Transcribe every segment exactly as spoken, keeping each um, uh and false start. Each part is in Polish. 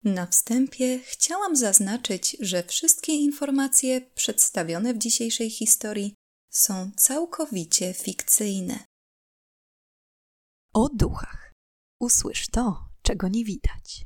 Na wstępie chciałam zaznaczyć, że wszystkie informacje przedstawione w dzisiejszej historii są całkowicie fikcyjne. O duchach. Usłysz to, czego nie widać.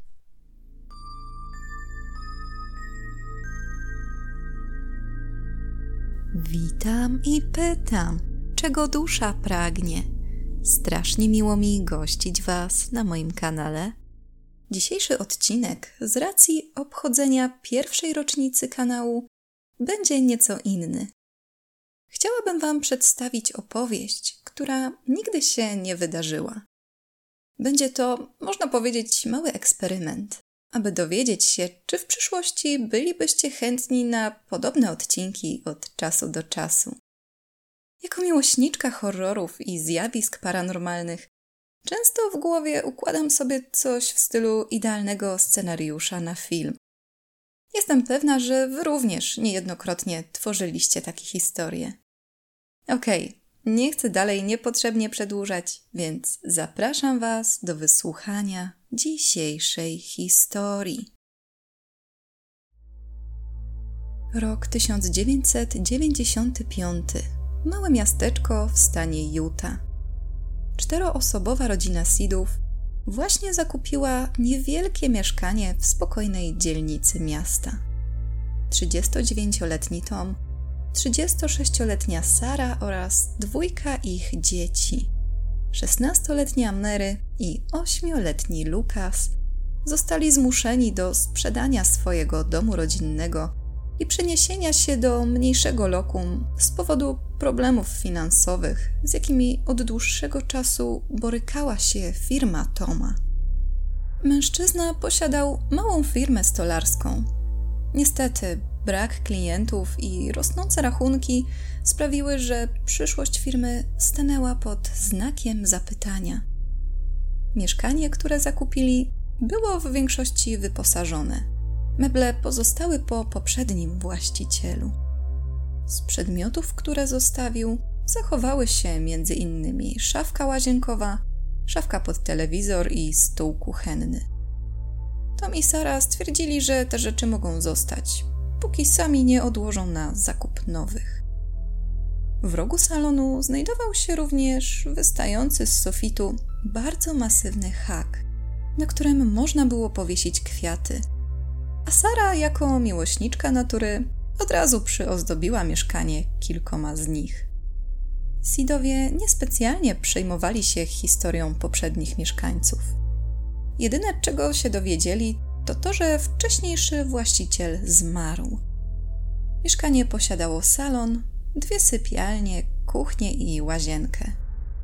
Witam i pytam, czego dusza pragnie. Strasznie miło mi gościć Was na moim kanale. Dzisiejszy odcinek z racji obchodzenia pierwszej rocznicy kanału będzie nieco inny. Chciałabym Wam przedstawić opowieść, która nigdy się nie wydarzyła. Będzie to, można powiedzieć, mały eksperyment, aby dowiedzieć się, czy w przyszłości bylibyście chętni na podobne odcinki od czasu do czasu. Jako miłośniczka horrorów i zjawisk paranormalnych często w głowie układam sobie coś w stylu idealnego scenariusza na film. Jestem pewna, że Wy również niejednokrotnie tworzyliście takie historie. Okej, nie chcę dalej niepotrzebnie przedłużać, więc zapraszam Was do wysłuchania dzisiejszej historii. Rok tysiąc dziewięćset dziewięćdziesiąty piąty. Małe miasteczko w stanie Utah. Czteroosobowa rodzina Seedów właśnie zakupiła niewielkie mieszkanie w spokojnej dzielnicy miasta. trzydziestodziewięcioletni Tom, trzydziestosześcioletnia Sara oraz dwójka ich dzieci, szesnastoletnia Mary i ośmioletni Lucas, zostali zmuszeni do sprzedania swojego domu rodzinnego i przeniesienia się do mniejszego lokum z powodu problemów finansowych, z jakimi od dłuższego czasu borykała się firma Toma. Mężczyzna posiadał małą firmę stolarską. Niestety, brak klientów i rosnące rachunki sprawiły, że przyszłość firmy stanęła pod znakiem zapytania. Mieszkanie, które zakupili, było w większości wyposażone. Meble pozostały po poprzednim właścicielu. Z przedmiotów, które zostawił, zachowały się między innymi szafka łazienkowa, szafka pod telewizor i stół kuchenny. Tom i Sara stwierdzili, że te rzeczy mogą zostać, póki sami nie odłożą na zakup nowych. W rogu salonu znajdował się również wystający z sufitu bardzo masywny hak, na którym można było powiesić kwiaty, a Sara jako miłośniczka natury od razu przyozdobiła mieszkanie kilkoma z nich. Seedowie niespecjalnie przejmowali się historią poprzednich mieszkańców. Jedyne, czego się dowiedzieli, to to, że wcześniejszy właściciel zmarł. Mieszkanie posiadało salon, dwie sypialnie, kuchnię i łazienkę.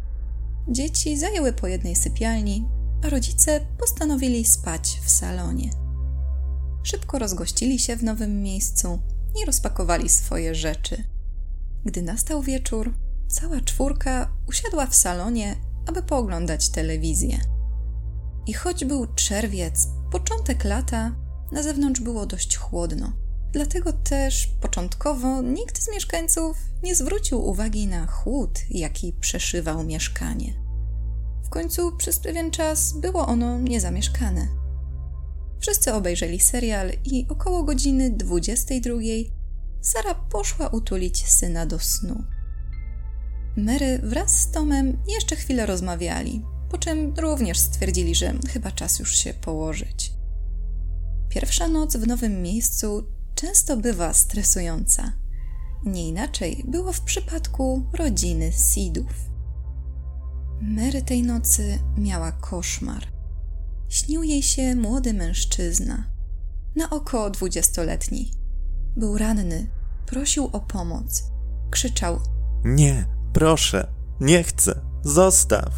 Dzieci zajęły po jednej sypialni, a rodzice postanowili spać w salonie. Szybko rozgościli się w nowym miejscu i rozpakowali swoje rzeczy. Gdy nastał wieczór, cała czwórka usiadła w salonie, aby pooglądać telewizję. I choć był czerwiec, początek lata, na zewnątrz było dość chłodno. Dlatego też początkowo nikt z mieszkańców nie zwrócił uwagi na chłód, jaki przeszywał mieszkanie. W końcu przez pewien czas było ono niezamieszkane. Wszyscy obejrzeli serial i około godziny dwudziestej drugiej Sara poszła utulić syna do snu. Mary wraz z Tomem jeszcze chwilę rozmawiali, po czym również stwierdzili, że chyba czas już się położyć. Pierwsza noc w nowym miejscu często bywa stresująca. Nie inaczej było w przypadku rodziny Seedów. Mary tej nocy miała koszmar. Śnił jej się młody mężczyzna, na oko dwudziestoletni. Był ranny, prosił o pomoc. Krzyczał: Nie, proszę, nie chcę, zostaw.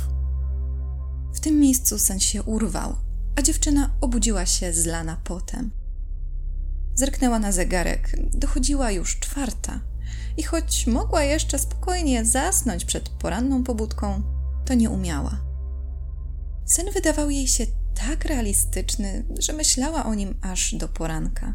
W tym miejscu sen się urwał, a dziewczyna obudziła się zlana potem. Zerknęła na zegarek, dochodziła już czwarta i choć mogła jeszcze spokojnie zasnąć przed poranną pobudką, to nie umiała. Sen wydawał jej się tak realistyczny, że myślała o nim aż do poranka.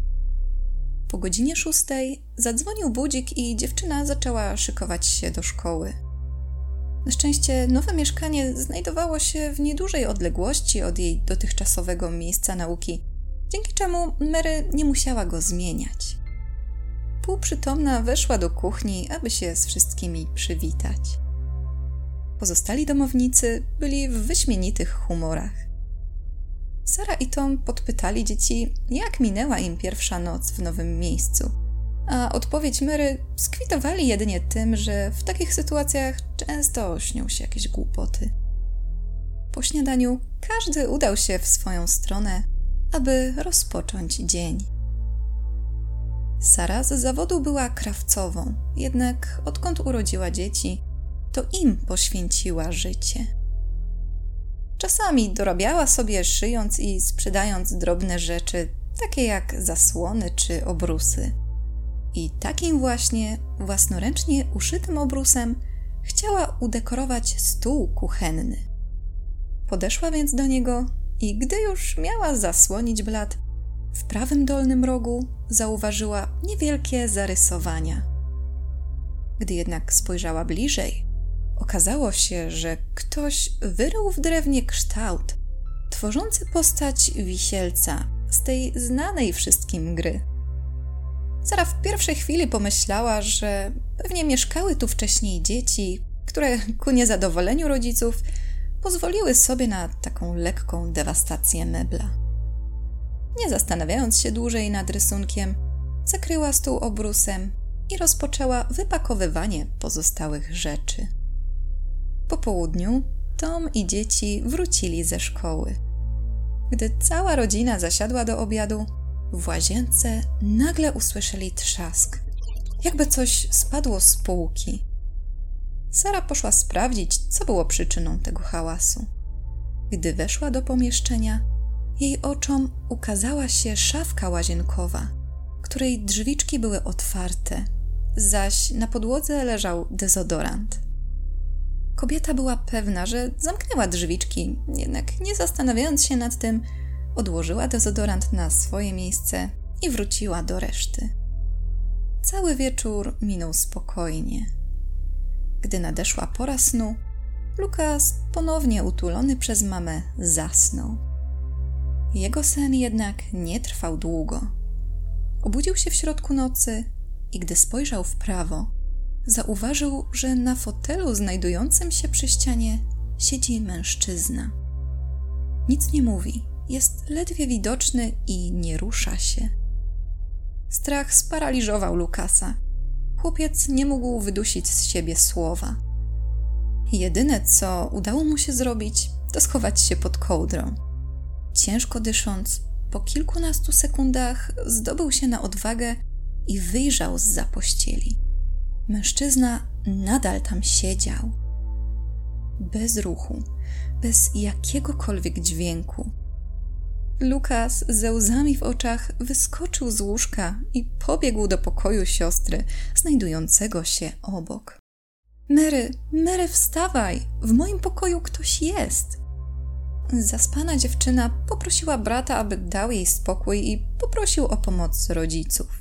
Po godzinie szóstej zadzwonił budzik i dziewczyna zaczęła szykować się do szkoły. Na szczęście nowe mieszkanie znajdowało się w niedużej odległości od jej dotychczasowego miejsca nauki dzięki czemu Mary nie musiała go zmieniać. Półprzytomna weszła do kuchni, aby się z wszystkimi przywitać. Pozostali domownicy byli w wyśmienitych humorach. Sara i Tom podpytali dzieci, jak minęła im pierwsza noc w nowym miejscu, a odpowiedź Mary skwitowali jedynie tym, że w takich sytuacjach często śnią się jakieś głupoty. Po śniadaniu każdy udał się w swoją stronę, aby rozpocząć dzień. Sara z zawodu była krawcową, jednak odkąd urodziła dzieci, to im poświęciła życie. Czasami dorabiała sobie szyjąc i sprzedając drobne rzeczy, takie jak zasłony czy obrusy. I takim właśnie własnoręcznie uszytym obrusem chciała udekorować stół kuchenny. Podeszła więc do niego i gdy już miała zasłonić blat, w prawym dolnym rogu zauważyła niewielkie zarysowania. Gdy jednak spojrzała bliżej, okazało się, że ktoś wyrył w drewnie kształt, tworzący postać wisielca z tej znanej wszystkim gry. Sara w pierwszej chwili pomyślała, że pewnie mieszkały tu wcześniej dzieci, które ku niezadowoleniu rodziców pozwoliły sobie na taką lekką dewastację mebla. Nie zastanawiając się dłużej nad rysunkiem, zakryła stół obrusem i rozpoczęła wypakowywanie pozostałych rzeczy. Po południu Tom i dzieci wrócili ze szkoły. Gdy cała rodzina zasiadła do obiadu, w łazience nagle usłyszeli trzask, jakby coś spadło z półki. Sara poszła sprawdzić, co było przyczyną tego hałasu. Gdy weszła do pomieszczenia, jej oczom ukazała się szafka łazienkowa, której drzwiczki były otwarte, zaś na podłodze leżał dezodorant. Kobieta była pewna, że zamknęła drzwiczki, jednak nie zastanawiając się nad tym, odłożyła dezodorant na swoje miejsce i wróciła do reszty. Cały wieczór minął spokojnie. Gdy nadeszła pora snu, Lukas, ponownie utulony przez mamę, zasnął. Jego sen jednak nie trwał długo. Obudził się w środku nocy i gdy spojrzał w prawo, zauważył, że na fotelu znajdującym się przy ścianie siedzi mężczyzna. Nic nie mówi, jest ledwie widoczny i nie rusza się. Strach sparaliżował Lukasa. Chłopiec nie mógł wydusić z siebie słowa. Jedyne, co udało mu się zrobić, to schować się pod kołdrą. Ciężko dysząc, po kilkunastu sekundach zdobył się na odwagę i wyjrzał zza pościeli. Mężczyzna nadal tam siedział. Bez ruchu, bez jakiegokolwiek dźwięku. Lukas ze łzami w oczach wyskoczył z łóżka i pobiegł do pokoju siostry, znajdującego się obok. Mary, Mary, wstawaj! W moim pokoju ktoś jest! Zaspana dziewczyna poprosiła brata, aby dał jej spokój i poprosił o pomoc rodziców.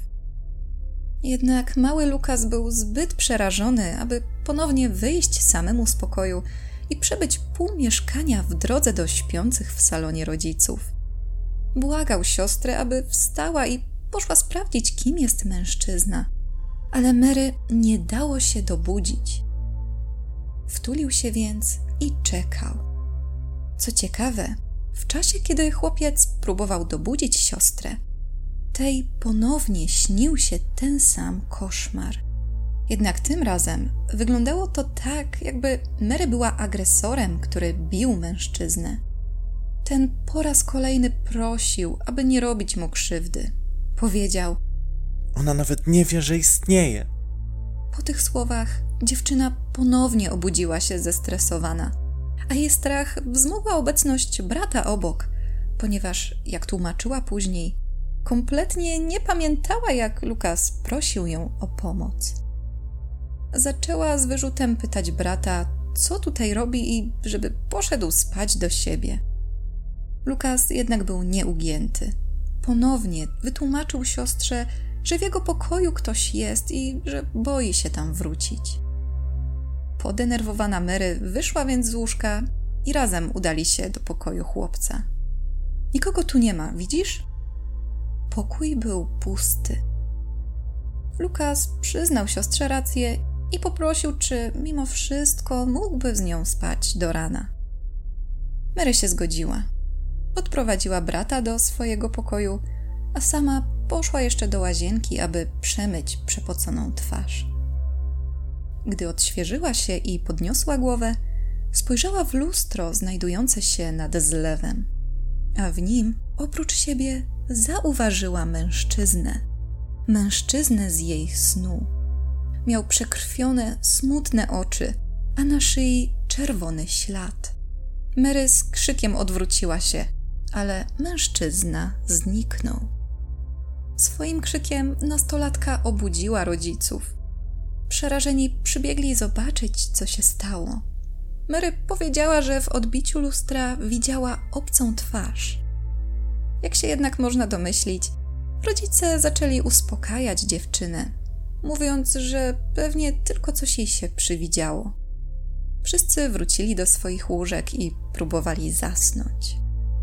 Jednak mały Lukas był zbyt przerażony, aby ponownie wyjść samemu z pokoju i przebyć pół mieszkania w drodze do śpiących w salonie rodziców. Błagał siostrę, aby wstała i poszła sprawdzić, kim jest mężczyzna, ale Mary nie dało się dobudzić. Wtulił się więc i czekał. Co ciekawe, w czasie, kiedy chłopiec próbował dobudzić siostrę, tej ponownie śnił się ten sam koszmar. Jednak tym razem wyglądało to tak, jakby Mary była agresorem, który bił mężczyznę. Ten po raz kolejny prosił, aby nie robić mu krzywdy. Powiedział: Ona nawet nie wie, że istnieje. Po tych słowach dziewczyna ponownie obudziła się zestresowana, a jej strach wzmogła obecność brata obok, ponieważ, jak tłumaczyła później, kompletnie nie pamiętała, jak Lukas prosił ją o pomoc. Zaczęła z wyrzutem pytać brata, co tutaj robi i żeby poszedł spać do siebie. Lukas jednak był nieugięty. Ponownie wytłumaczył siostrze, że w jego pokoju ktoś jest i że boi się tam wrócić. Podenerwowana Mary wyszła więc z łóżka i razem udali się do pokoju chłopca. Nikogo tu nie ma, widzisz? pokój był pusty. Lukas przyznał siostrze rację i poprosił, czy mimo wszystko mógłby z nią spać do rana. Mary się zgodziła. Odprowadziła brata do swojego pokoju, a sama poszła jeszcze do łazienki, aby przemyć przepoconą twarz. Gdy odświeżyła się i podniosła głowę, spojrzała w lustro znajdujące się nad zlewem, a w nim oprócz siebie zauważyła mężczyznę. Mężczyznę z jej snu. Miał przekrwione, smutne oczy, a na szyi czerwony ślad. Mary z krzykiem odwróciła się, ale mężczyzna zniknął. Swoim krzykiem nastolatka obudziła rodziców. Przerażeni przybiegli zobaczyć, co się stało. Mary powiedziała, że w odbiciu lustra widziała obcą twarz. Jak się jednak można domyślić, rodzice zaczęli uspokajać dziewczynę, mówiąc, że pewnie tylko coś jej się przywidziało. Wszyscy wrócili do swoich łóżek i próbowali zasnąć.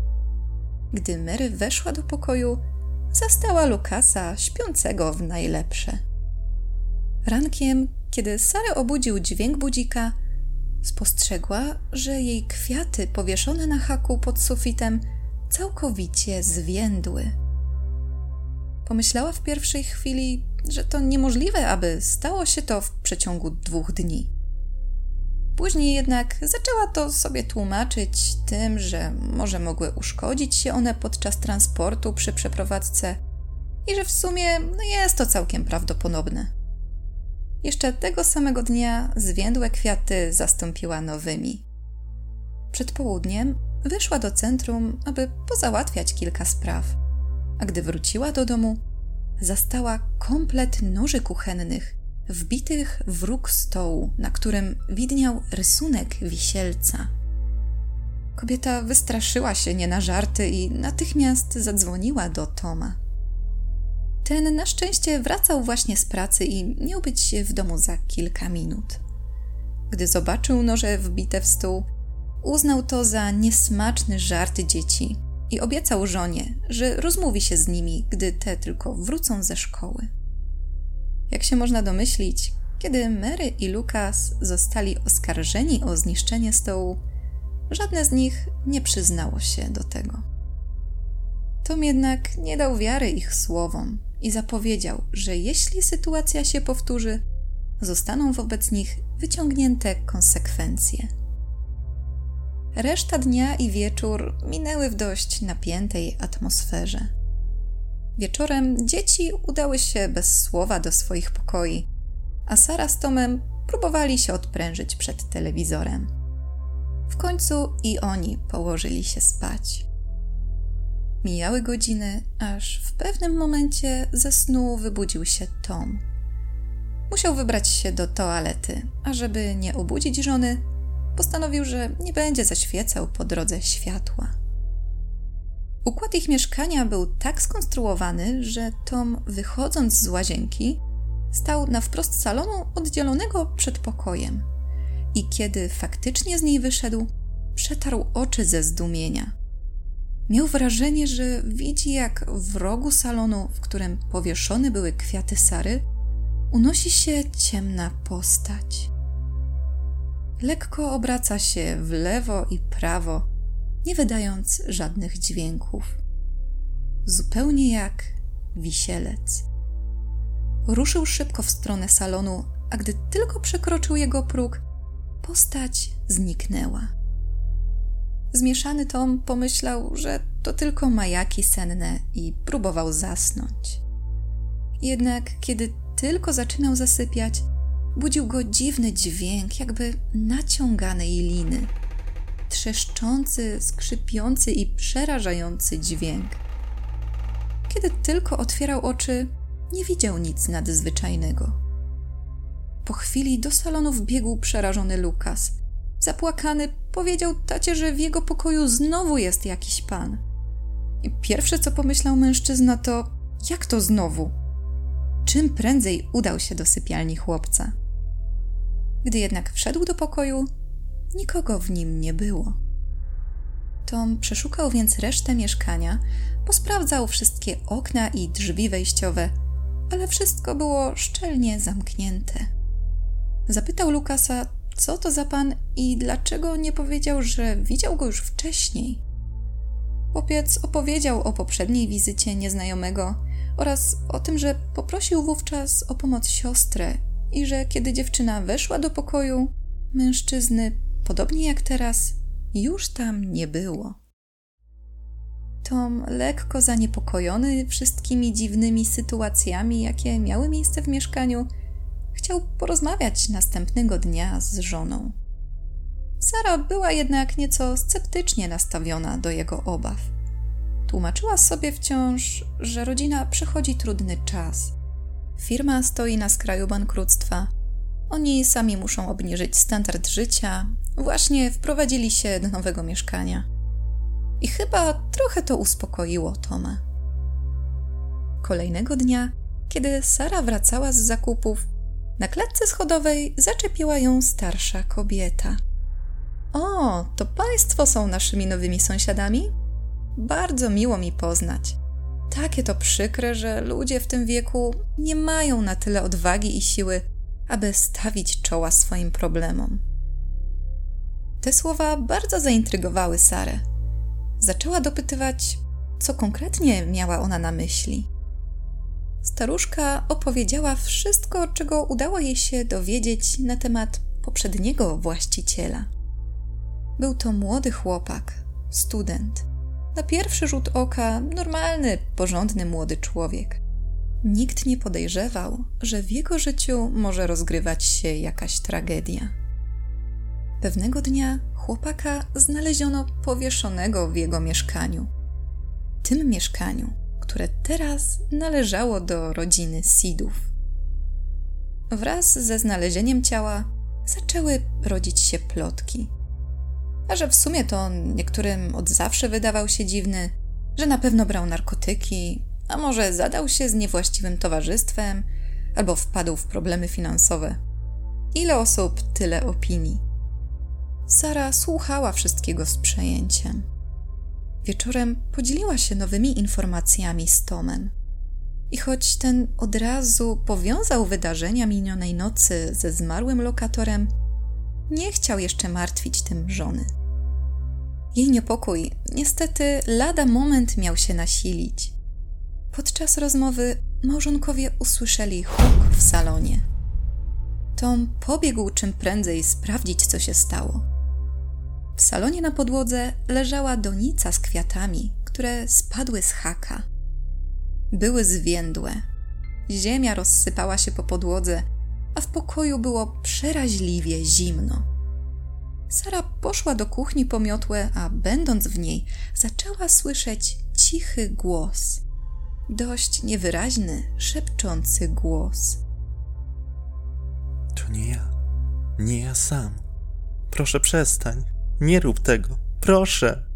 Gdy Mary weszła do pokoju, zastała Lukasa śpiącego w najlepsze. Rankiem, kiedy Sarę obudził dźwięk budzika, spostrzegła, że jej kwiaty powieszone na haku pod sufitem całkowicie zwiędły. Pomyślała w pierwszej chwili, że to niemożliwe, aby stało się to w przeciągu dwóch dni. Później jednak zaczęła to sobie tłumaczyć tym, że może mogły uszkodzić się one podczas transportu przy przeprowadzce i że w sumie no jest to całkiem prawdopodobne. Jeszcze tego samego dnia zwiędłe kwiaty zastąpiła nowymi. Przed południem wyszła do centrum, aby pozałatwiać kilka spraw, a gdy wróciła do domu, zastała komplet noży kuchennych, wbitych w róg stołu, na którym widniał rysunek wisielca. Kobieta wystraszyła się nie na żarty i natychmiast zadzwoniła do Toma. Ten na szczęście wracał właśnie z pracy i miał być w domu za kilka minut. Gdy zobaczył noże wbite w stół, uznał to za niesmaczny żart dzieci i obiecał żonie, że rozmówi się z nimi, gdy te tylko wrócą ze szkoły. Jak się można domyślić, kiedy Mary i Lukas zostali oskarżeni o zniszczenie stołu, żadne z nich nie przyznało się do tego. Tom jednak nie dał wiary ich słowom i zapowiedział, że jeśli sytuacja się powtórzy, zostaną wobec nich wyciągnięte konsekwencje. Reszta dnia i wieczór minęły w dość napiętej atmosferze. Wieczorem dzieci udały się bez słowa do swoich pokoi, a Sara z Tomem próbowali się odprężyć przed telewizorem. W końcu i oni położyli się spać. Mijały godziny, aż w pewnym momencie ze snu wybudził się Tom. Musiał wybrać się do toalety, a żeby nie obudzić żony, postanowił, że nie będzie zaświecał po drodze światła. Układ ich mieszkania był tak skonstruowany, że Tom, wychodząc z łazienki, stał na wprost salonu oddzielonego przedpokojem i kiedy faktycznie z niej wyszedł, przetarł oczy ze zdumienia. Miał wrażenie, że widzi, jak w rogu salonu, w którym powieszone były kwiaty Sary, unosi się ciemna postać. Lekko obraca się w lewo i prawo, nie wydając żadnych dźwięków. Zupełnie jak wisielec. Ruszył szybko w stronę salonu, a gdy tylko przekroczył jego próg, postać zniknęła. Zmieszany Tom pomyślał, że to tylko majaki senne i próbował zasnąć. Jednak kiedy tylko zaczynał zasypiać, budził go dziwny dźwięk, jakby naciąganej liny. Trzeszczący, skrzypiący i przerażający dźwięk. Kiedy tylko otwierał oczy, nie widział nic nadzwyczajnego. Po chwili do salonu wbiegł przerażony Lukas. Zapłakany powiedział tacie, że w jego pokoju znowu jest jakiś pan. I pierwsze, co pomyślał mężczyzna, to jak to znowu? Czym prędzej udał się do sypialni chłopca. Gdy jednak wszedł do pokoju, nikogo w nim nie było. Tom przeszukał więc resztę mieszkania, posprawdzał wszystkie okna i drzwi wejściowe, ale wszystko było szczelnie zamknięte. Zapytał Lucasa, co to za pan i dlaczego nie powiedział, że widział go już wcześniej. Chłopiec opowiedział o poprzedniej wizycie nieznajomego oraz o tym, że poprosił wówczas o pomoc siostrę i że kiedy dziewczyna weszła do pokoju, mężczyzny, podobnie jak teraz, już tam nie było. Tom, lekko zaniepokojony wszystkimi dziwnymi sytuacjami, jakie miały miejsce w mieszkaniu, chciał porozmawiać następnego dnia z żoną. Sara była jednak nieco sceptycznie nastawiona do jego obaw. Tłumaczyła sobie wciąż, że rodzina przechodzi trudny czas. Firma stoi na skraju bankructwa. Oni sami muszą obniżyć standard życia. Właśnie wprowadzili się do nowego mieszkania. I chyba trochę to uspokoiło Toma. Kolejnego dnia, kiedy Sara wracała z zakupów, na klatce schodowej zaczepiła ją starsza kobieta. O, to państwo są naszymi nowymi sąsiadami? Bardzo miło mi poznać. Takie to przykre, że ludzie w tym wieku nie mają na tyle odwagi i siły, aby stawić czoła swoim problemom. Te słowa bardzo zaintrygowały Sarę. Zaczęła dopytywać, co konkretnie miała ona na myśli. Staruszka opowiedziała wszystko, czego udało jej się dowiedzieć na temat poprzedniego właściciela. Był to młody chłopak, student. Na pierwszy rzut oka normalny, porządny młody człowiek. Nikt nie podejrzewał, że w jego życiu może rozgrywać się jakaś tragedia. Pewnego dnia chłopaka znaleziono powieszonego w jego mieszkaniu. Tym mieszkaniu, które teraz należało do rodziny Seedów. Wraz ze znalezieniem ciała zaczęły rodzić się plotki. A że w sumie to niektórym od zawsze wydawał się dziwny, że na pewno brał narkotyki, a może zadał się z niewłaściwym towarzystwem, albo wpadł w problemy finansowe. Ile osób, tyle opinii. Sara słuchała wszystkiego z przejęciem. Wieczorem podzieliła się nowymi informacjami z Tomem. I choć ten od razu powiązał wydarzenia minionej nocy ze zmarłym lokatorem, nie chciał jeszcze martwić tym żony. Jej niepokój niestety lada moment miał się nasilić. Podczas rozmowy małżonkowie usłyszeli huk w salonie. Tom pobiegł czym prędzej sprawdzić, co się stało. W salonie na podłodze leżała donica z kwiatami, które spadły z haka. Były zwiędłe. Ziemia rozsypała się po podłodze, a w pokoju było przeraźliwie zimno. Sara poszła do kuchni po miotłę, a będąc w niej, zaczęła słyszeć cichy głos. Dość niewyraźny, szepczący głos. To nie ja. Nie ja sam. Proszę przestań. Nie rób tego. Proszę.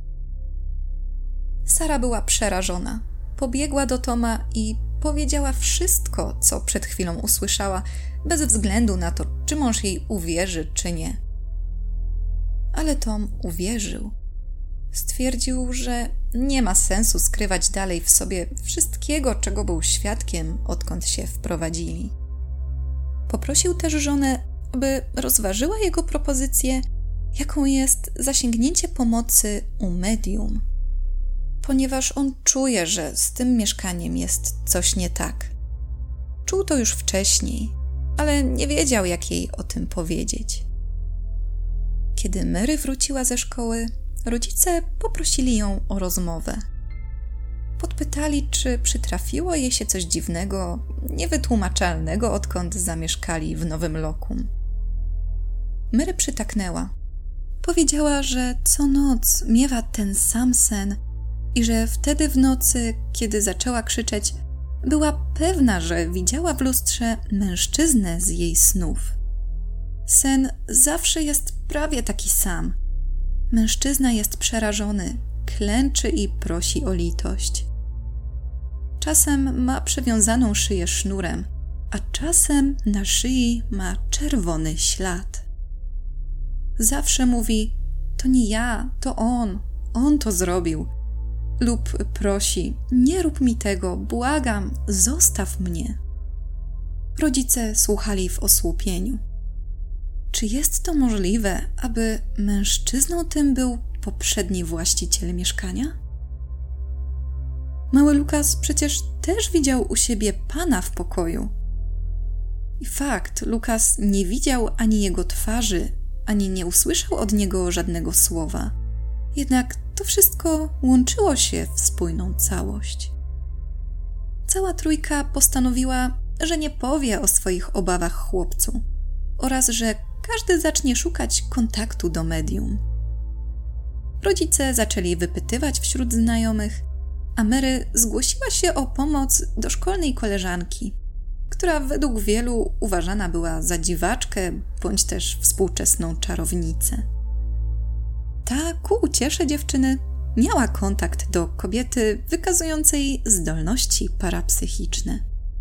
Sara była przerażona. Pobiegła do Toma i powiedziała wszystko, co przed chwilą usłyszała, bez względu na to, czy mąż jej uwierzy, czy nie. Ale Tom uwierzył. Stwierdził, że nie ma sensu skrywać dalej w sobie wszystkiego, czego był świadkiem, odkąd się wprowadzili. Poprosił też żonę, aby rozważyła jego propozycję, jaką jest zasięgnięcie pomocy u medium. Ponieważ on czuje, że z tym mieszkaniem jest coś nie tak. Czuł to już wcześniej, ale nie wiedział, jak jej o tym powiedzieć. Kiedy Mary wróciła ze szkoły, rodzice poprosili ją o rozmowę. Podpytali, czy przytrafiło jej się coś dziwnego, niewytłumaczalnego, odkąd zamieszkali w nowym lokum. Mary przytaknęła. Powiedziała, że co noc miewa ten sam sen i że wtedy w nocy, kiedy zaczęła krzyczeć, była pewna, że widziała w lustrze mężczyznę z jej snów. Sen zawsze jest prawie taki sam. Mężczyzna jest przerażony, klęczy i prosi o litość. Czasem ma przewiązaną szyję sznurem, a czasem na szyi ma czerwony ślad. Zawsze mówi, to nie ja, to on, on to zrobił. Lub prosi: nie rób mi tego, błagam, zostaw mnie. Rodzice słuchali w osłupieniu. Czy jest to możliwe, aby mężczyzną tym był poprzedni właściciel mieszkania? Mały Lukas przecież też widział u siebie Pana w pokoju. I fakt, Lukas nie widział ani jego twarzy, ani nie usłyszał od niego żadnego słowa. Jednak to wszystko łączyło się w spójną całość. Cała trójka postanowiła, że nie powie o swoich obawach chłopcu oraz że każdy zacznie szukać kontaktu do medium. Rodzice zaczęli wypytywać wśród znajomych, a Mary zgłosiła się o pomoc do szkolnej koleżanki, która według wielu uważana była za dziwaczkę bądź też współczesną czarownicę. Ta ku uciesze dziewczyny miała kontakt do kobiety wykazującej zdolności parapsychiczne.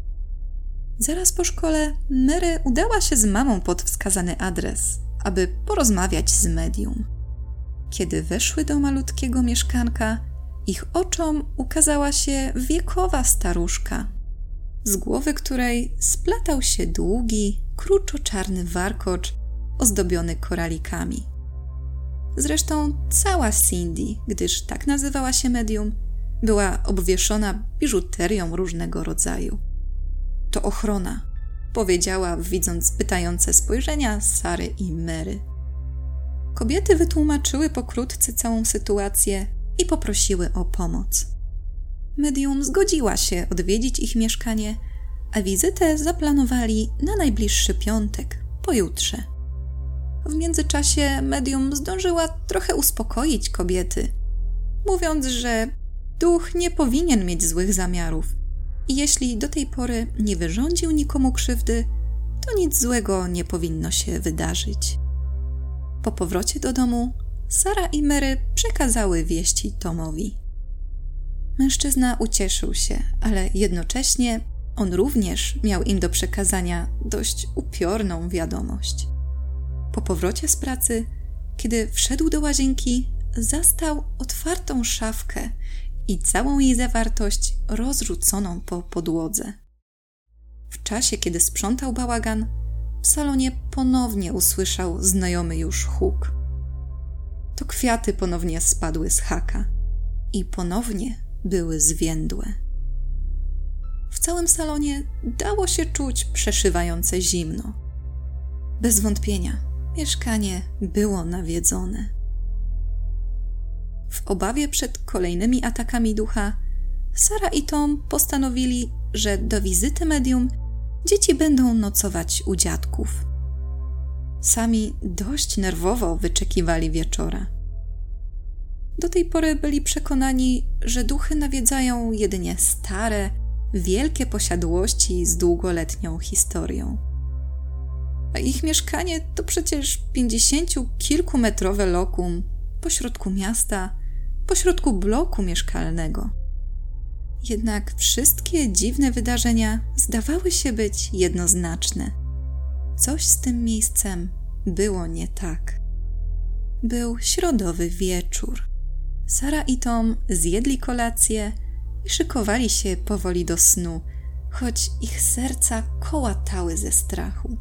Zaraz po szkole Mary udała się z mamą pod wskazany adres, aby porozmawiać z medium. Kiedy weszły do malutkiego mieszkanka, ich oczom ukazała się wiekowa staruszka, z głowy której splatał się długi, kruczo-czarny warkocz ozdobiony koralikami. Zresztą cała Cindy, gdyż tak nazywała się medium, była obwieszona biżuterią różnego rodzaju. To ochrona, powiedziała, widząc pytające spojrzenia Sary i Mary. Kobiety wytłumaczyły pokrótce całą sytuację i poprosiły o pomoc. Medium zgodziła się odwiedzić ich mieszkanie, a wizytę zaplanowali na najbliższy piątek, pojutrze. W międzyczasie medium zdążyła trochę uspokoić kobiety, mówiąc, że duch nie powinien mieć złych zamiarów i jeśli do tej pory nie wyrządził nikomu krzywdy, to nic złego nie powinno się wydarzyć. Po powrocie do domu Sara i Mary przekazały wieści Tomowi. Mężczyzna ucieszył się, ale jednocześnie on również miał im do przekazania dość upiorną wiadomość. Po powrocie z pracy, kiedy wszedł do łazienki, zastał otwartą szafkę i całą jej zawartość rozrzuconą po podłodze. W czasie, kiedy sprzątał bałagan, w salonie ponownie usłyszał znajomy już huk. To kwiaty ponownie spadły z haka i ponownie były zwiędłe. W całym salonie dało się czuć przeszywające zimno. Bez wątpienia mieszkanie było nawiedzone. W obawie przed kolejnymi atakami ducha, Sara i Tom postanowili, że do wizyty medium dzieci będą nocować u dziadków. Sami dość nerwowo wyczekiwali wieczora. Do tej pory byli przekonani, że duchy nawiedzają jedynie stare, wielkie posiadłości z długoletnią historią. A ich mieszkanie to przecież pięćdziesięciokilkumetrowe lokum pośrodku miasta, pośrodku bloku mieszkalnego. Jednak wszystkie dziwne wydarzenia zdawały się być jednoznaczne. Coś z tym miejscem było nie tak. Był środowy wieczór. Sara i Tom zjedli kolację i szykowali się powoli do snu, choć ich serca kołatały ze strachu.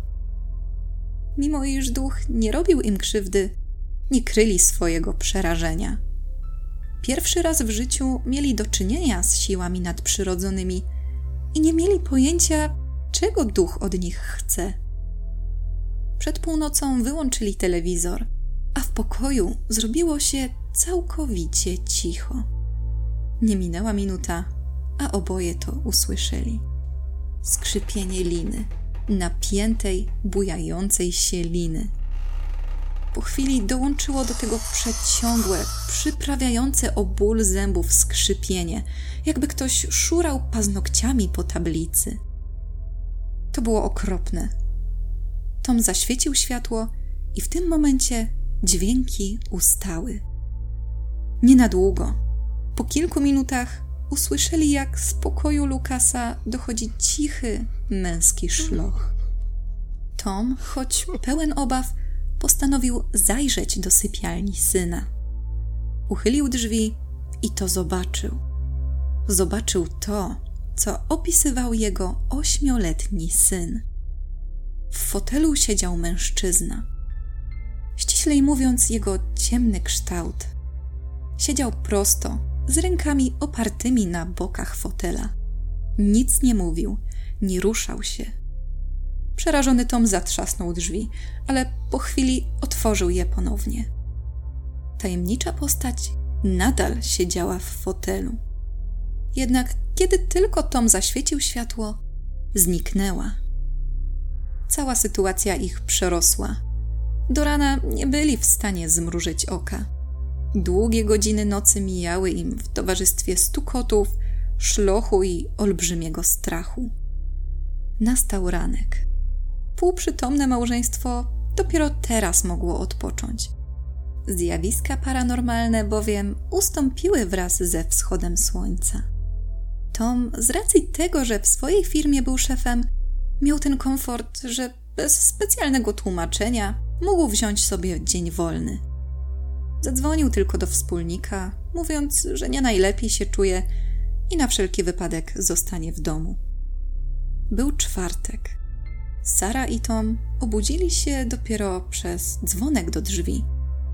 Mimo iż duch nie robił im krzywdy, nie kryli swojego przerażenia. Pierwszy raz w życiu mieli do czynienia z siłami nadprzyrodzonymi i nie mieli pojęcia, czego duch od nich chce. Przed północą wyłączyli telewizor, a w pokoju zrobiło się całkowicie cicho. Nie minęła minuta, a oboje to usłyszeli. Skrzypienie liny, napiętej, bujającej się liny. Po chwili dołączyło do tego przeciągłe, przyprawiające o ból zębów skrzypienie, jakby ktoś szurał paznokciami po tablicy. To było okropne. Tom zaświecił światło i w tym momencie dźwięki ustały. Nie na długo. Po kilku minutach usłyszeli, jak z pokoju Lukasa dochodzi cichy, męski szloch. Tom, choć pełen obaw, postanowił zajrzeć do sypialni syna. Uchylił drzwi i to zobaczył. Zobaczył to, co opisywał jego ośmioletni syn. W fotelu siedział mężczyzna. Ściślej mówiąc, jego ciemny kształt. Siedział prosto, z rękami opartymi na bokach fotela. Nic nie mówił, nie ruszał się. Przerażony Tom zatrzasnął drzwi, ale po chwili otworzył je ponownie. Tajemnicza postać nadal siedziała w fotelu. Jednak kiedy tylko Tom zaświecił światło, zniknęła. Cała sytuacja ich przerosła. Do rana nie byli w stanie zmrużyć oka. Długie godziny nocy mijały im w towarzystwie stukotów, szlochu i olbrzymiego strachu. Nastał ranek. Półprzytomne małżeństwo dopiero teraz mogło odpocząć. Zjawiska paranormalne bowiem ustąpiły wraz ze wschodem słońca. Tom, z racji tego, że w swojej firmie był szefem, miał ten komfort, że bez specjalnego tłumaczenia mógł wziąć sobie dzień wolny. Zadzwonił tylko do wspólnika, mówiąc, że nie najlepiej się czuje i na wszelki wypadek zostanie w domu. Był czwartek. Sara i Tom obudzili się dopiero przez dzwonek do drzwi.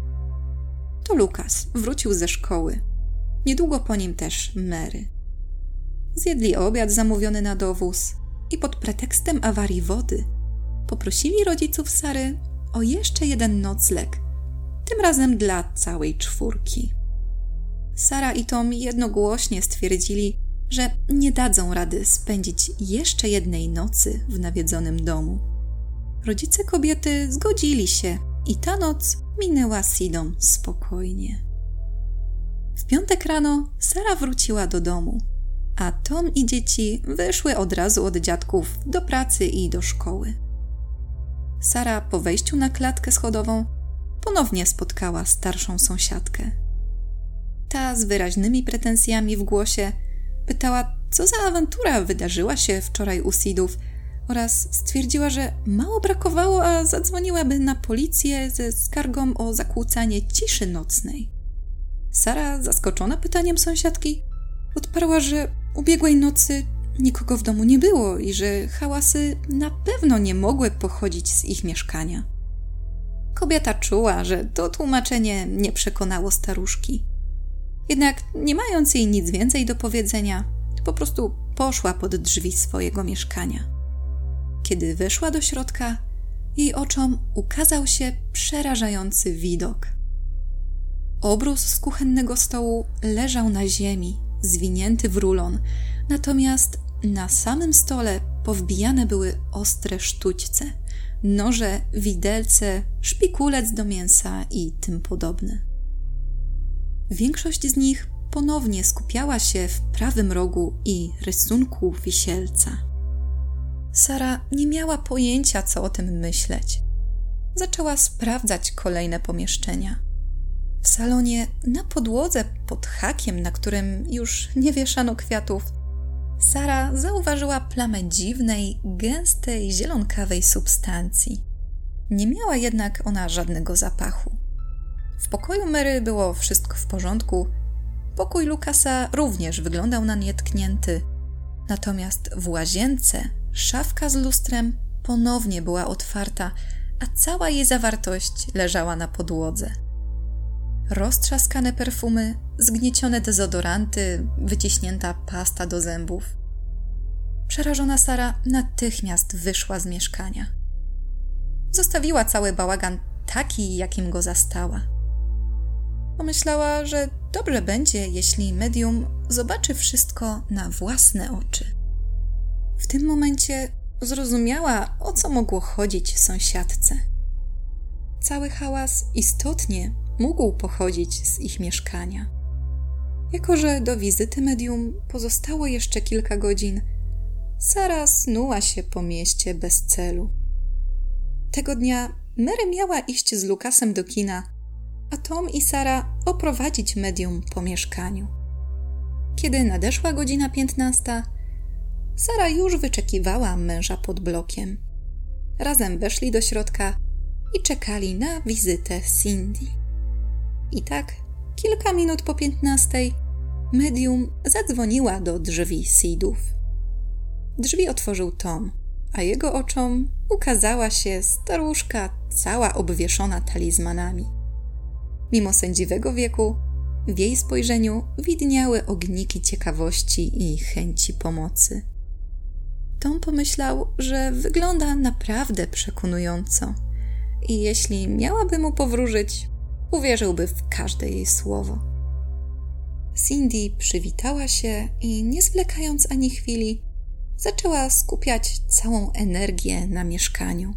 To Lukas wrócił ze szkoły. Niedługo po nim też Mary. Zjedli obiad zamówiony na dowóz i pod pretekstem awarii wody poprosili rodziców Sary o jeszcze jeden nocleg, tym razem dla całej czwórki. Sara i Tom jednogłośnie stwierdzili, że nie dadzą rady spędzić jeszcze jednej nocy w nawiedzonym domu. Rodzice kobiety zgodzili się i ta noc minęła Sidom spokojnie. W piątek rano Sara wróciła do domu, a Tom i dzieci wyszły od razu od dziadków do pracy i do szkoły. Sara po wejściu na klatkę schodową ponownie spotkała starszą sąsiadkę. Ta z wyraźnymi pretensjami w głosie pytała, co za awantura wydarzyła się wczoraj u Sidów oraz stwierdziła, że mało brakowało, a zadzwoniłaby na policję ze skargą o zakłócanie ciszy nocnej. Sara, zaskoczona pytaniem sąsiadki, odparła, że ubiegłej nocy nikogo w domu nie było i że hałasy na pewno nie mogły pochodzić z ich mieszkania. Kobieta czuła, że to tłumaczenie nie przekonało staruszki. Jednak nie mając jej nic więcej do powiedzenia, po prostu poszła pod drzwi swojego mieszkania. Kiedy weszła do środka, jej oczom ukazał się przerażający widok. Obrus z kuchennego stołu leżał na ziemi, zwinięty w rulon, natomiast na samym stole powbijane były ostre sztućce, noże, widelce, szpikulec do mięsa i tym podobne. Większość z nich ponownie skupiała się w prawym rogu i rysunku wisielca. Sara nie miała pojęcia, co o tym myśleć. Zaczęła sprawdzać kolejne pomieszczenia. W salonie, na podłodze pod hakiem, na którym już nie wieszano kwiatów, Sara zauważyła plamę dziwnej, gęstej, zielonkawej substancji. Nie miała jednak ona żadnego zapachu. W pokoju Mary było wszystko w porządku. Pokój Lukasa również wyglądał na nietknięty. Natomiast w łazience szafka z lustrem ponownie była otwarta, a cała jej zawartość leżała na podłodze. Roztrzaskane perfumy, zgniecione dezodoranty, wyciśnięta pasta do zębów. Przerażona Sara natychmiast wyszła z mieszkania. Zostawiła cały bałagan taki, jakim go zastała. Pomyślała, że dobrze będzie, jeśli medium zobaczy wszystko na własne oczy. W tym momencie zrozumiała, o co mogło chodzić sąsiadce. Cały hałas istotnie mógł pochodzić z ich mieszkania. Jako że do wizyty medium pozostało jeszcze kilka godzin, Sara snuła się po mieście bez celu. Tego dnia Mary miała iść z Lukasem do kina, a Tom i Sara oprowadzić medium po mieszkaniu. Kiedy nadeszła godzina piętnasta, Sara już wyczekiwała męża pod blokiem. Razem weszli do środka i czekali na wizytę Cindy. I tak kilka minut po piętnastej medium zadzwoniła do drzwi Sidów. Drzwi otworzył Tom, a jego oczom ukazała się staruszka cała obwieszona talizmanami. Mimo sędziwego wieku, w jej spojrzeniu widniały ogniki ciekawości i chęci pomocy. Tom pomyślał, że wygląda naprawdę przekonująco i jeśli miałaby mu powróżyć, uwierzyłby w każde jej słowo. Cindy przywitała się i nie zwlekając ani chwili, zaczęła skupiać całą energię na mieszkaniu.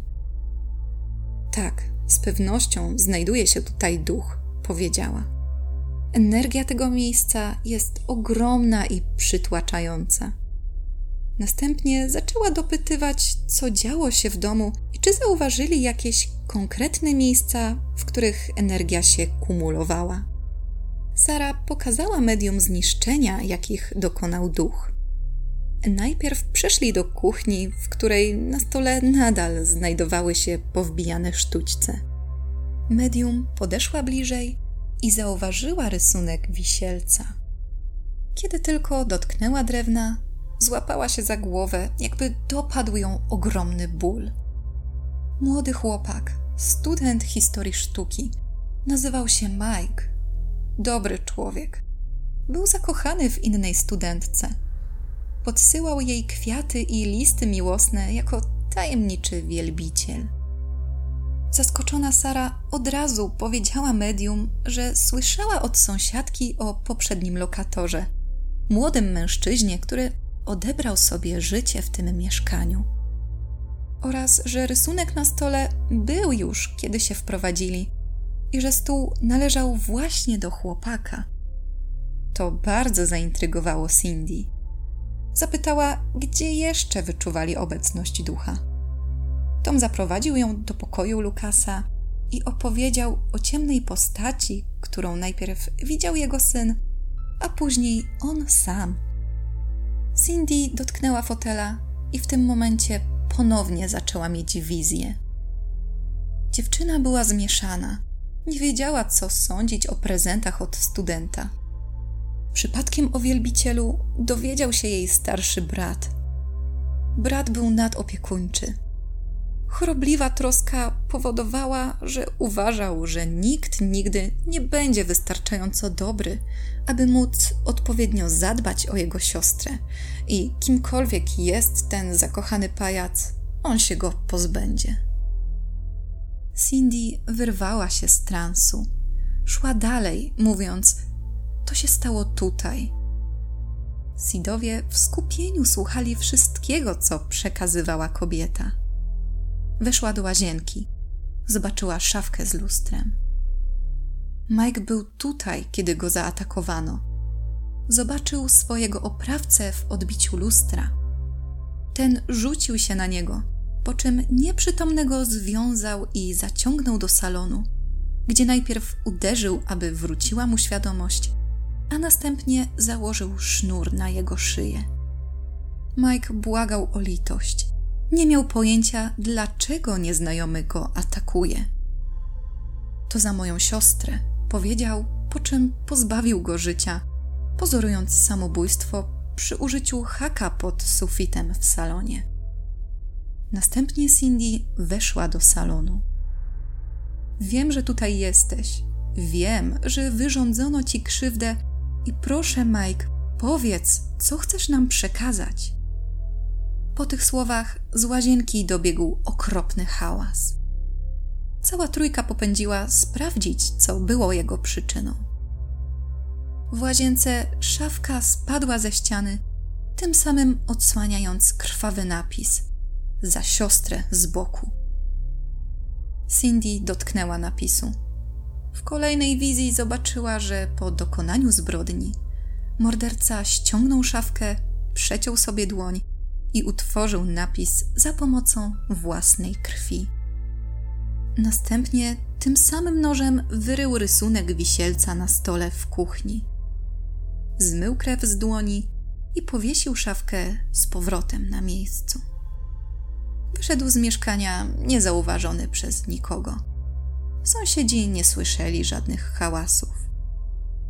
Tak, z pewnością znajduje się tutaj duch, powiedziała. Energia tego miejsca jest ogromna i przytłaczająca. Następnie zaczęła dopytywać, co działo się w domu i czy zauważyli jakieś konkretne miejsca, w których energia się kumulowała. Sara pokazała medium zniszczenia, jakich dokonał duch. Najpierw przeszli do kuchni, w której na stole nadal znajdowały się powbijane sztućce. Medium podeszła bliżej i zauważyła rysunek wisielca. Kiedy tylko dotknęła drewna, złapała się za głowę, jakby dopadł ją ogromny ból. Młody chłopak, student historii sztuki, nazywał się Mike. Dobry człowiek. Był zakochany w innej studentce. Podsyłał jej kwiaty i listy miłosne jako tajemniczy wielbiciel. Zaskoczona Sara od razu powiedziała medium, że słyszała od sąsiadki o poprzednim lokatorze, młodym mężczyźnie, który odebrał sobie życie w tym mieszkaniu. Oraz, że rysunek na stole był już, kiedy się wprowadzili i że stół należał właśnie do chłopaka. To bardzo zaintrygowało Cindy. Zapytała, gdzie jeszcze wyczuwali obecność ducha. Tom zaprowadził ją do pokoju Lucasa i opowiedział o ciemnej postaci, którą najpierw widział jego syn, a później on sam. Cindy dotknęła fotela i w tym momencie ponownie zaczęła mieć wizję. Dziewczyna była zmieszana. Nie wiedziała, co sądzić o prezentach od studenta. Przypadkiem o wielbicielu dowiedział się jej starszy brat. Brat był nadopiekuńczy. Chorobliwa troska powodowała, że uważał, że nikt nigdy nie będzie wystarczająco dobry, aby móc odpowiednio zadbać o jego siostrę i kimkolwiek jest ten zakochany pajac, on się go pozbędzie. Cindy wyrwała się z transu. Szła dalej, mówiąc, to się stało tutaj. Sidowie w skupieniu słuchali wszystkiego, co przekazywała kobieta. Weszła do łazienki. Zobaczyła szafkę z lustrem. Mike był tutaj, kiedy go zaatakowano. Zobaczył swojego oprawcę w odbiciu lustra. Ten rzucił się na niego, po czym nieprzytomny go związał i zaciągnął do salonu, gdzie najpierw uderzył, aby wróciła mu świadomość, a następnie założył sznur na jego szyję. Mike błagał o litość. Nie miał pojęcia, dlaczego nieznajomy go atakuje. To za moją siostrę, powiedział, po czym pozbawił go życia, pozorując samobójstwo przy użyciu haka pod sufitem w salonie. Następnie Cindy weszła do salonu. Wiem, że tutaj jesteś. Wiem, że wyrządzono ci krzywdę i proszę, Mike, powiedz, co chcesz nam przekazać. Po tych słowach z łazienki dobiegł okropny hałas. Cała trójka popędziła sprawdzić, co było jego przyczyną. W łazience szafka spadła ze ściany, tym samym odsłaniając krwawy napis za siostrę z boku. Cindy dotknęła napisu. W kolejnej wizji zobaczyła, że po dokonaniu zbrodni morderca ściągnął szafkę, przeciął sobie dłoń i utworzył napis za pomocą własnej krwi. Następnie tym samym nożem wyrył rysunek wisielca na stole w kuchni. Zmył krew z dłoni i powiesił szafkę z powrotem na miejscu. Wyszedł z mieszkania niezauważony przez nikogo. Sąsiedzi nie słyszeli żadnych hałasów.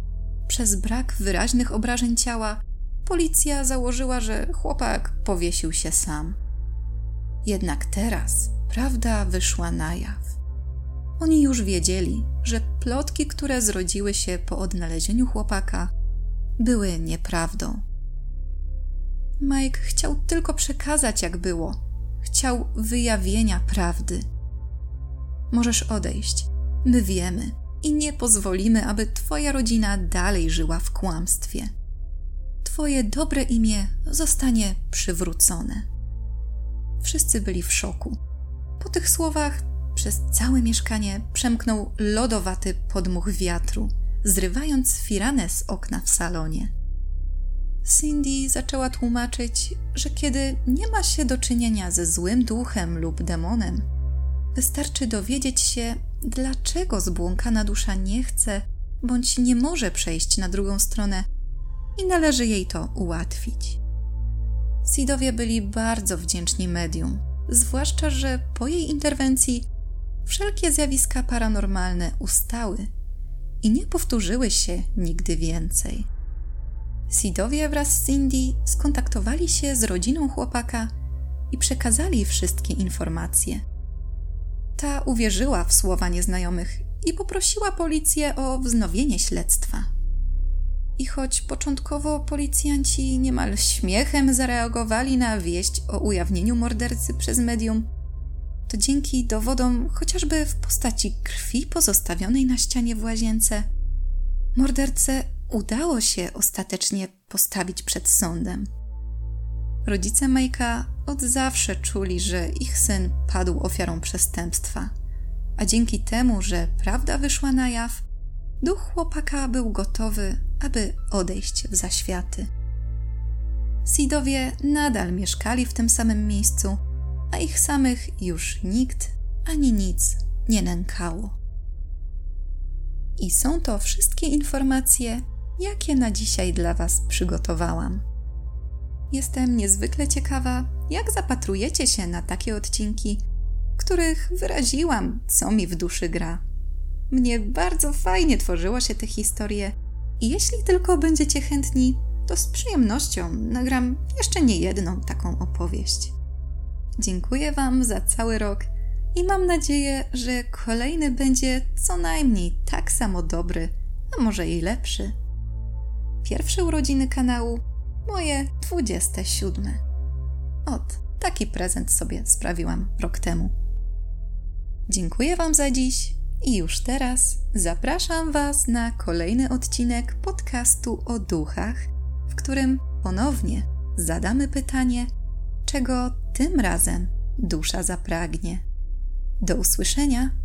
przez brak wyraźnych obrażeń ciała policja założyła, że chłopak powiesił się sam. Jednak teraz prawda wyszła na jaw. Oni już wiedzieli, że plotki, które zrodziły się po odnalezieniu chłopaka, były nieprawdą. Mike chciał tylko przekazać, jak było. Chciał wyjawienia prawdy. Możesz odejść. My wiemy i nie pozwolimy, aby twoja rodzina dalej żyła w kłamstwie. Twoje dobre imię zostanie przywrócone. Wszyscy byli w szoku. Po tych słowach przez całe mieszkanie przemknął lodowaty podmuch wiatru, zrywając firanę z okna w salonie. Cindy zaczęła tłumaczyć, że kiedy nie ma się do czynienia ze złym duchem lub demonem, wystarczy dowiedzieć się, dlaczego zbłąkana dusza nie chce bądź nie może przejść na drugą stronę i należy jej to ułatwić. Sidowie byli bardzo wdzięczni medium, zwłaszcza, że po jej interwencji wszelkie zjawiska paranormalne ustały i nie powtórzyły się nigdy więcej. Sidowie wraz z Cindy skontaktowali się z rodziną chłopaka i przekazali wszystkie informacje. Ta uwierzyła w słowa nieznajomych i poprosiła policję o wznowienie śledztwa. I choć początkowo policjanci niemal śmiechem zareagowali na wieść o ujawnieniu mordercy przez medium, to dzięki dowodom chociażby w postaci krwi pozostawionej na ścianie w łazience, mordercę udało się ostatecznie postawić przed sądem. Rodzice Mike'a od zawsze czuli, że ich syn padł ofiarą przestępstwa, a dzięki temu, że prawda wyszła na jaw, duch chłopaka był gotowy, aby odejść w zaświaty. Sidowie nadal mieszkali w tym samym miejscu, a ich samych już nikt ani nic nie nękało. I są to wszystkie informacje, jakie na dzisiaj dla Was przygotowałam. Jestem niezwykle ciekawa, jak zapatrujecie się na takie odcinki, w których wyraziłam, co mi w duszy gra. Mnie bardzo fajnie tworzyło się te historie i jeśli tylko będziecie chętni, to z przyjemnością nagram jeszcze niejedną taką opowieść. Dziękuję Wam za cały rok i mam nadzieję, że kolejny będzie co najmniej tak samo dobry, a może i lepszy. Pierwsze urodziny kanału, moje dwudzieste siódme. Ot, taki prezent sobie sprawiłam rok temu. Dziękuję Wam za dziś i już teraz zapraszam Was na kolejny odcinek podcastu o duchach, w którym ponownie zadamy pytanie, czego tym razem dusza zapragnie. Do usłyszenia!